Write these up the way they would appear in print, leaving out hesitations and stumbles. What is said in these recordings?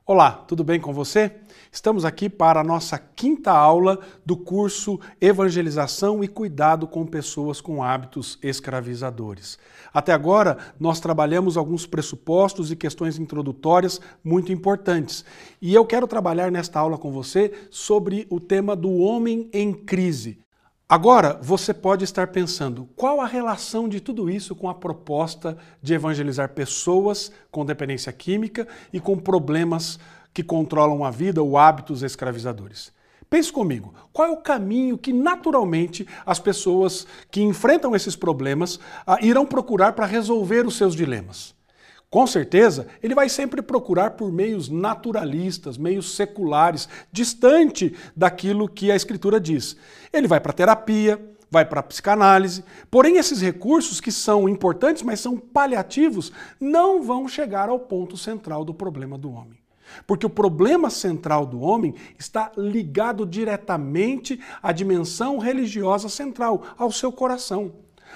Olá, tudo bem com você? Estamos aqui para a nossa quinta aula do curso Evangelização e Cuidado com Pessoas com Hábitos Escravizadores. Até agora, nós trabalhamos alguns pressupostos e questões introdutórias muito importantes. E eu quero trabalhar nesta aula com você sobre o tema do homem em crise. Agora, você pode estar pensando, qual a relação de tudo isso com a proposta de evangelizar pessoas com dependência química e com problemas que controlam a vida ou hábitos escravizadores? Pense comigo, qual é o caminho que naturalmente as pessoas que enfrentam esses problemas irão procurar para resolver os seus dilemas? Com certeza, ele vai sempre procurar por meios naturalistas, meios seculares, distante daquilo que a Escritura diz. Ele vai para a terapia, vai para a psicanálise, porém esses recursos que são importantes, mas são paliativos, não vão chegar ao ponto central do problema do homem. Porque o problema central do homem está ligado diretamente à dimensão religiosa central, ao seu coração.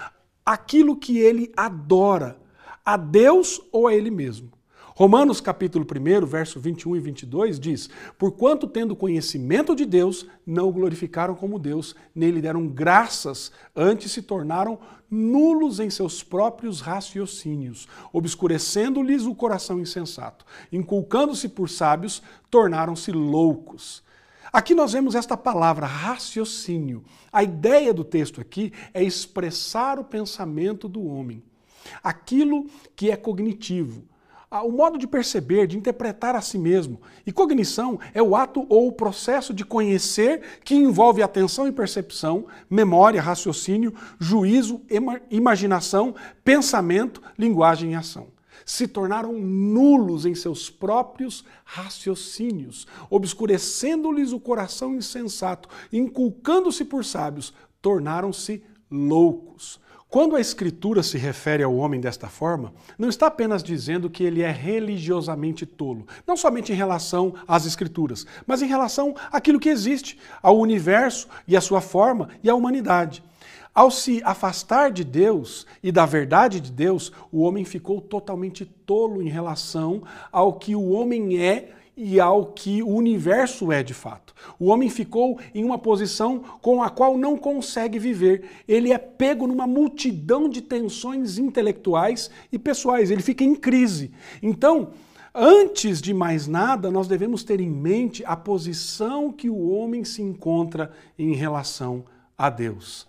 Aquilo que ele adora, a Deus ou a ele mesmo. Romanos capítulo 1, verso 21 e 22 diz: porquanto tendo conhecimento de Deus, não o glorificaram como Deus, nem lhe deram graças, antes se tornaram nulos em seus próprios raciocínios, obscurecendo-lhes o coração insensato, inculcando-se por sábios, tornaram-se loucos. Aqui nós vemos esta palavra, raciocínio. A ideia do texto aqui é expressar o pensamento do homem. Aquilo que é cognitivo, o modo de perceber, de interpretar a si mesmo. E cognição é o ato ou o processo de conhecer que envolve atenção e percepção, memória, raciocínio, juízo, imaginação, pensamento, linguagem e ação. Se tornaram nulos em seus próprios raciocínios, obscurecendo-lhes o coração insensato, inculcando-se por sábios, tornaram-se loucos. Quando a Escritura se refere ao homem desta forma, não está apenas dizendo que ele é religiosamente tolo, não somente em relação às Escrituras, mas em relação àquilo que existe, ao universo e à sua forma e à humanidade. Ao se afastar de Deus e da verdade de Deus, o homem ficou totalmente tolo em relação ao que o homem é e ao que o universo é de fato. O homem ficou em uma posição com a qual não consegue viver. Ele é pego numa multidão de tensões intelectuais e pessoais. Ele fica em crise. Então, antes de mais nada, nós devemos ter em mente a posição que o homem se encontra em relação a Deus.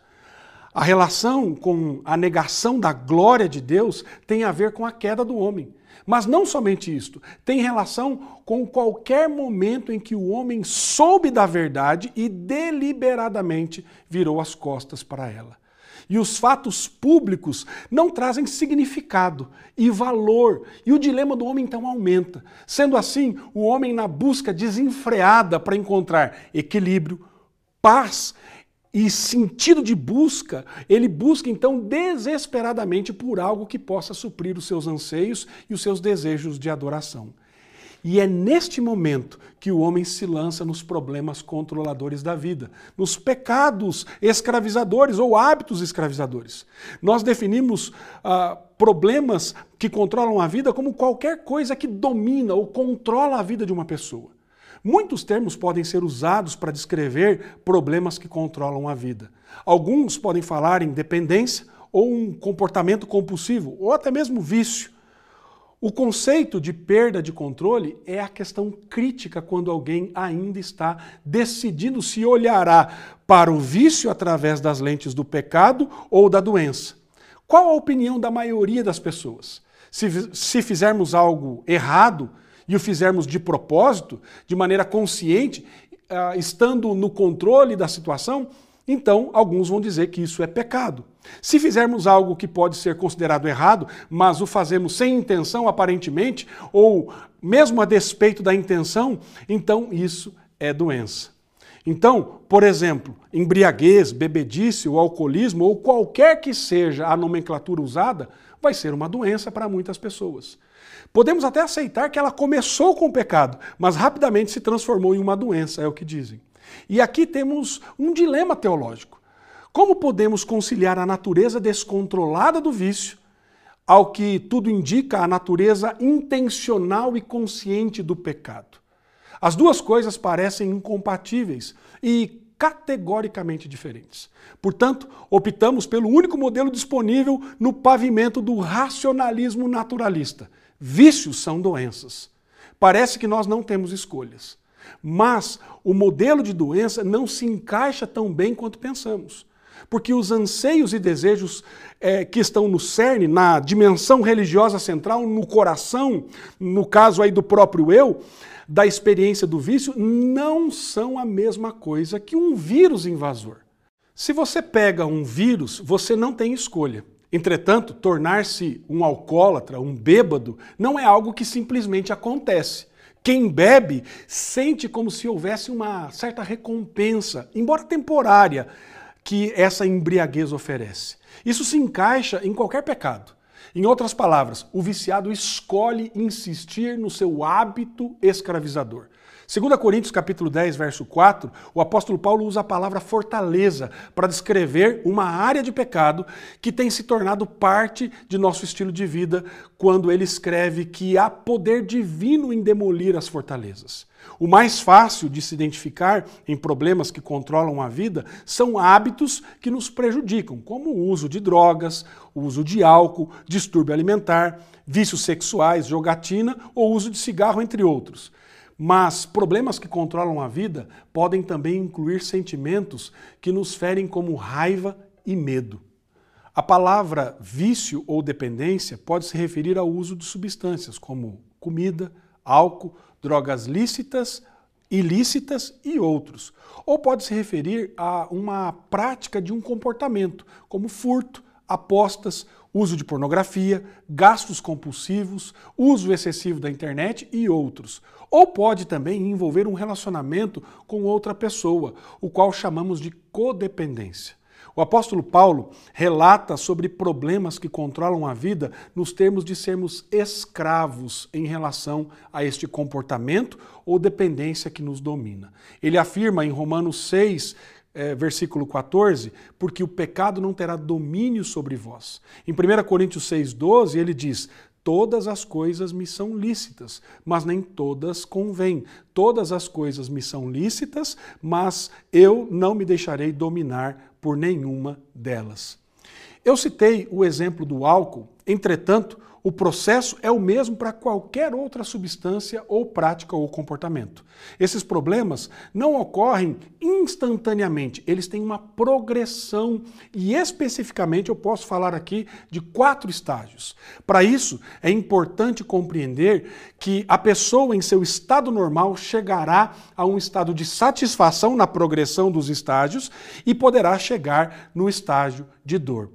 A relação com a negação da glória de Deus tem a ver com a queda do homem. Mas não somente isto, tem relação com qualquer momento em que o homem soube da verdade e deliberadamente virou as costas para ela. E os fatos públicos não trazem significado e valor, e o dilema do homem então aumenta. Sendo assim, o homem na busca desenfreada para encontrar equilíbrio, paz e sentido de busca, ele busca então desesperadamente por algo que possa suprir os seus anseios e os seus desejos de adoração. E é neste momento que o homem se lança nos problemas controladores da vida, nos pecados escravizadores ou hábitos escravizadores. Nós definimos problemas que controlam a vida como qualquer coisa que domina ou controla a vida de uma pessoa. Muitos termos podem ser usados para descrever problemas que controlam a vida. Alguns podem falar em dependência ou um comportamento compulsivo, ou até mesmo vício. O conceito de perda de controle é a questão crítica quando alguém ainda está decidindo se olhará para o vício através das lentes do pecado ou da doença. Qual a opinião da maioria das pessoas? Se fizermos algo errado, e o fizermos de propósito, de maneira consciente, estando no controle da situação, então alguns vão dizer que isso é pecado. Se fizermos algo que pode ser considerado errado, mas o fazemos sem intenção aparentemente, ou mesmo a despeito da intenção, então isso é doença. Então, por exemplo, embriaguez, bebedice, ou alcoolismo, ou qualquer que seja a nomenclatura usada, vai ser uma doença para muitas pessoas. Podemos até aceitar que ela começou com o pecado, mas rapidamente se transformou em uma doença, é o que dizem. E aqui temos um dilema teológico. Como podemos conciliar a natureza descontrolada do vício ao que tudo indica, a natureza intencional e consciente do pecado. As duas coisas parecem incompatíveis e categoricamente diferentes. Portanto, optamos pelo único modelo disponível no pavimento do racionalismo naturalista. Vícios são doenças. Parece que nós não temos escolhas. Mas o modelo de doença não se encaixa tão bem quanto pensamos. Porque os anseios e desejos que estão no cerne, na dimensão religiosa central, no coração, no caso aí do próprio eu, da experiência do vício, não são a mesma coisa que um vírus invasor. Se você pega um vírus, você não tem escolha. Entretanto, tornar-se um alcoólatra, um bêbado, não é algo que simplesmente acontece. Quem bebe sente como se houvesse uma certa recompensa, embora temporária, que essa embriaguez oferece. Isso se encaixa em qualquer pecado. Em outras palavras, o viciado escolhe insistir no seu hábito escravizador. 2 Coríntios capítulo 10, verso 4, o apóstolo Paulo usa a palavra fortaleza para descrever uma área de pecado que tem se tornado parte de nosso estilo de vida quando ele escreve que há poder divino em demolir as fortalezas. O mais fácil de se identificar em problemas que controlam a vida são hábitos que nos prejudicam, como o uso de drogas, o uso de álcool, distúrbio alimentar, vícios sexuais, jogatina ou uso de cigarro, entre outros. Mas problemas que controlam a vida podem também incluir sentimentos que nos ferem como raiva e medo. A palavra vício ou dependência pode se referir ao uso de substâncias como comida, álcool, drogas lícitas, ilícitas e outros. Ou pode se referir a uma prática de um comportamento, como furto, apostas, uso de pornografia, gastos compulsivos, uso excessivo da internet e outros. Ou pode também envolver um relacionamento com outra pessoa, o qual chamamos de codependência. O apóstolo Paulo relata sobre problemas que controlam a vida nos termos de sermos escravos em relação a este comportamento ou dependência que nos domina. Ele afirma em Romanos 6, versículo 14, porque o pecado não terá domínio sobre vós. Em 1 Coríntios 6,12 ele diz: todas as coisas me são lícitas, mas nem todas convêm. Todas as coisas me são lícitas, mas eu não me deixarei dominar por nenhuma delas. Eu citei o exemplo do álcool, entretanto, o processo é o mesmo para qualquer outra substância ou prática ou comportamento. Esses problemas não ocorrem instantaneamente, eles têm uma progressão e especificamente eu posso falar aqui de 4 estágios. Para isso, é importante compreender que a pessoa em seu estado normal chegará a um estado de satisfação na progressão dos estágios e poderá chegar no estágio de dor.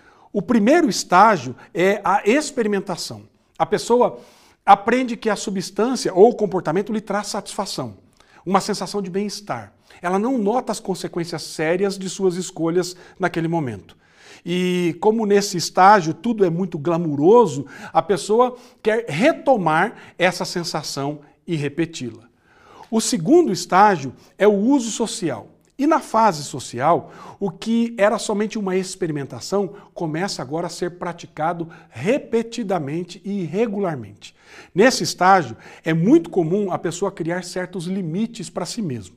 O primeiro estágio é a experimentação. A pessoa aprende que a substância ou o comportamento lhe traz satisfação, uma sensação de bem-estar. Ela não nota as consequências sérias de suas escolhas naquele momento. E como nesse estágio tudo é muito glamuroso, a pessoa quer retomar essa sensação e repeti-la. O segundo estágio é o uso social. E na fase social, o que era somente uma experimentação começa agora a ser praticado repetidamente e regularmente. Nesse estágio, é muito comum a pessoa criar certos limites para si mesma,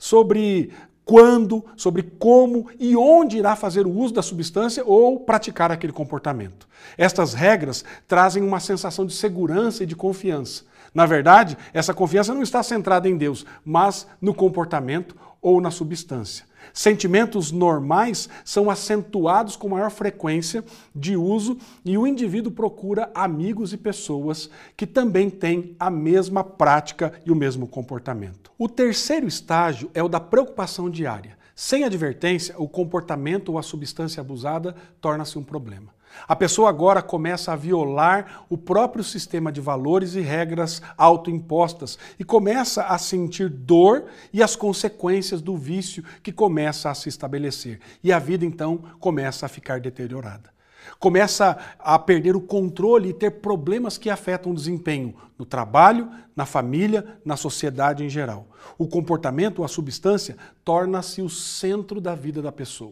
sobre quando, sobre como e onde irá fazer o uso da substância ou praticar aquele comportamento. Estas regras trazem uma sensação de segurança e de confiança. Na verdade, essa confiança não está centrada em Deus, mas no comportamento ou na substância. Sentimentos normais são acentuados com maior frequência de uso e o indivíduo procura amigos e pessoas que também têm a mesma prática e o mesmo comportamento. O terceiro estágio é o da preocupação diária. Sem advertência, o comportamento ou a substância abusada torna-se um problema. A pessoa agora começa a violar o próprio sistema de valores e regras autoimpostas e começa a sentir dor e as consequências do vício que começa a se estabelecer. E a vida então começa a ficar deteriorada. Começa a perder o controle e ter problemas que afetam o desempenho no trabalho, na família, na sociedade em geral. O comportamento ou a substância torna-se o centro da vida da pessoa.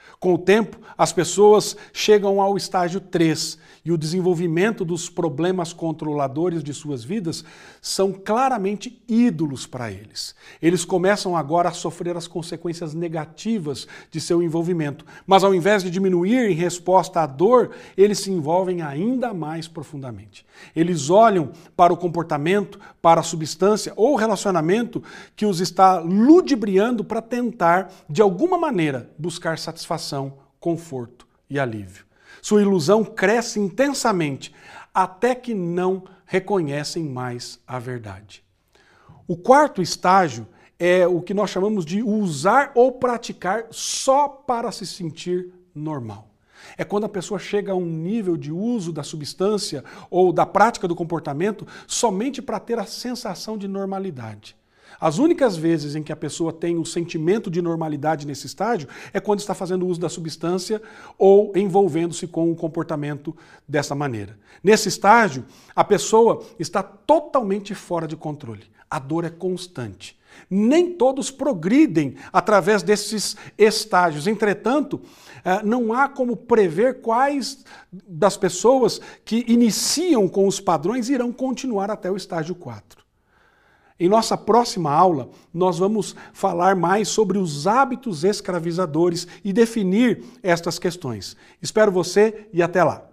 Com o tempo, as pessoas chegam ao estágio 3 e o desenvolvimento dos problemas controladores de suas vidas são claramente ídolos para eles. Eles começam agora a sofrer as consequências negativas de seu envolvimento, mas ao invés de diminuir em resposta à dor, eles se envolvem ainda mais profundamente. Eles olham para o comportamento, para a substância ou relacionamento que os está ludibriando para tentar, de alguma maneira, buscar satisfação, conforto e alívio. Sua ilusão cresce intensamente até que não reconhecem mais a verdade. O quarto estágio é o que nós chamamos de usar ou praticar só para se sentir normal. É quando a pessoa chega a um nível de uso da substância ou da prática do comportamento somente para ter a sensação de normalidade. As únicas vezes em que a pessoa tem o sentimento de normalidade nesse estágio é quando está fazendo uso da substância ou envolvendo-se com um comportamento dessa maneira. Nesse estágio, a pessoa está totalmente fora de controle. A dor é constante. Nem todos progridem através desses estágios. Entretanto, não há como prever quais das pessoas que iniciam com os padrões irão continuar até o estágio 4. Em nossa próxima aula, nós vamos falar mais sobre os hábitos escravizadores e definir estas questões. Espero você e até lá!